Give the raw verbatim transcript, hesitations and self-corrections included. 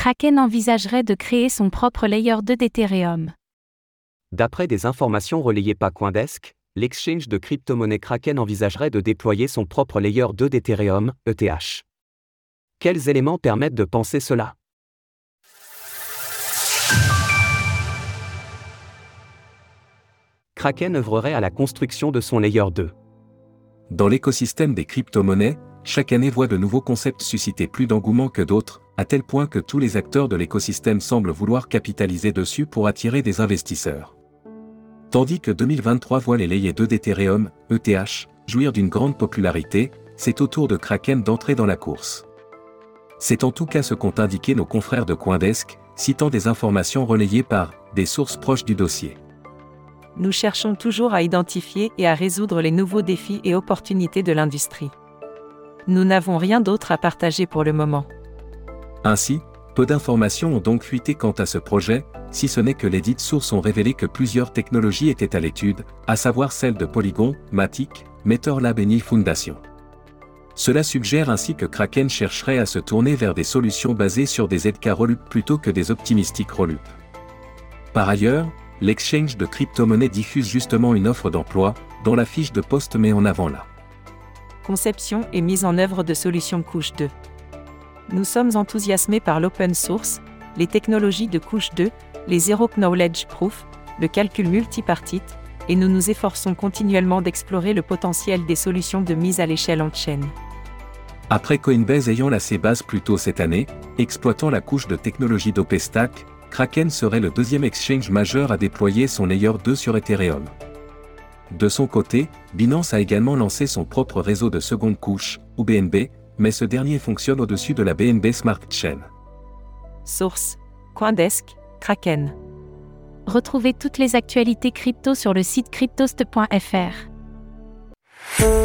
Kraken envisagerait de créer son propre layer deux d'Ethereum. D'après des informations relayées par Coindesk, l'exchange de crypto-monnaie Kraken envisagerait de déployer son propre layer deux d'Ethereum, E T H. Quels éléments permettent de penser cela ? Kraken œuvrerait à la construction de son layer deux. Dans l'écosystème des crypto-monnaies, chaque année voit de nouveaux concepts susciter plus d'engouement que d'autres, à tel point que tous les acteurs de l'écosystème semblent vouloir capitaliser dessus pour attirer des investisseurs. Tandis que deux mille vingt-trois voit les layers deux d'Ethereum, E T H, jouir d'une grande popularité, c'est au tour de Kraken d'entrer dans la course. C'est en tout cas ce qu'ont indiqué nos confrères de Coindesk, citant des informations relayées par des sources proches du dossier. Nous cherchons toujours à identifier et à résoudre les nouveaux défis et opportunités de l'industrie. Nous n'avons rien d'autre à partager pour le moment. Ainsi, peu d'informations ont donc fuité quant à ce projet, si ce n'est que les dites sources ont révélé que plusieurs technologies étaient à l'étude, à savoir celles de Polygon, Matic, MaterLab et Nil Foundation. Cela suggère ainsi que Kraken chercherait à se tourner vers des solutions basées sur des Z K Rollup plutôt que des optimistic Rollup. Par ailleurs, l'exchange de crypto-monnaies diffuse justement une offre d'emploi, dont la fiche de poste met en avant la conception et mise en œuvre de solutions couche deux. Nous sommes enthousiasmés par l'open source, les technologies de couche deux, les Zero Knowledge Proof, le calcul multipartite, et nous nous efforçons continuellement d'explorer le potentiel des solutions de mise à l'échelle on-chain. Après Coinbase ayant lancé Base plus tôt cette année, exploitant la couche de technologie d'OpenStack, Kraken serait le deuxième exchange majeur à déployer son layer deux sur Ethereum. De son côté, Binance a également lancé son propre réseau de seconde couche, ou B N B, mais ce dernier fonctionne au-dessus de la B N B Smart Chain. Source: Coindesk, Kraken. Retrouvez toutes les actualités crypto sur le site cryptost point f r.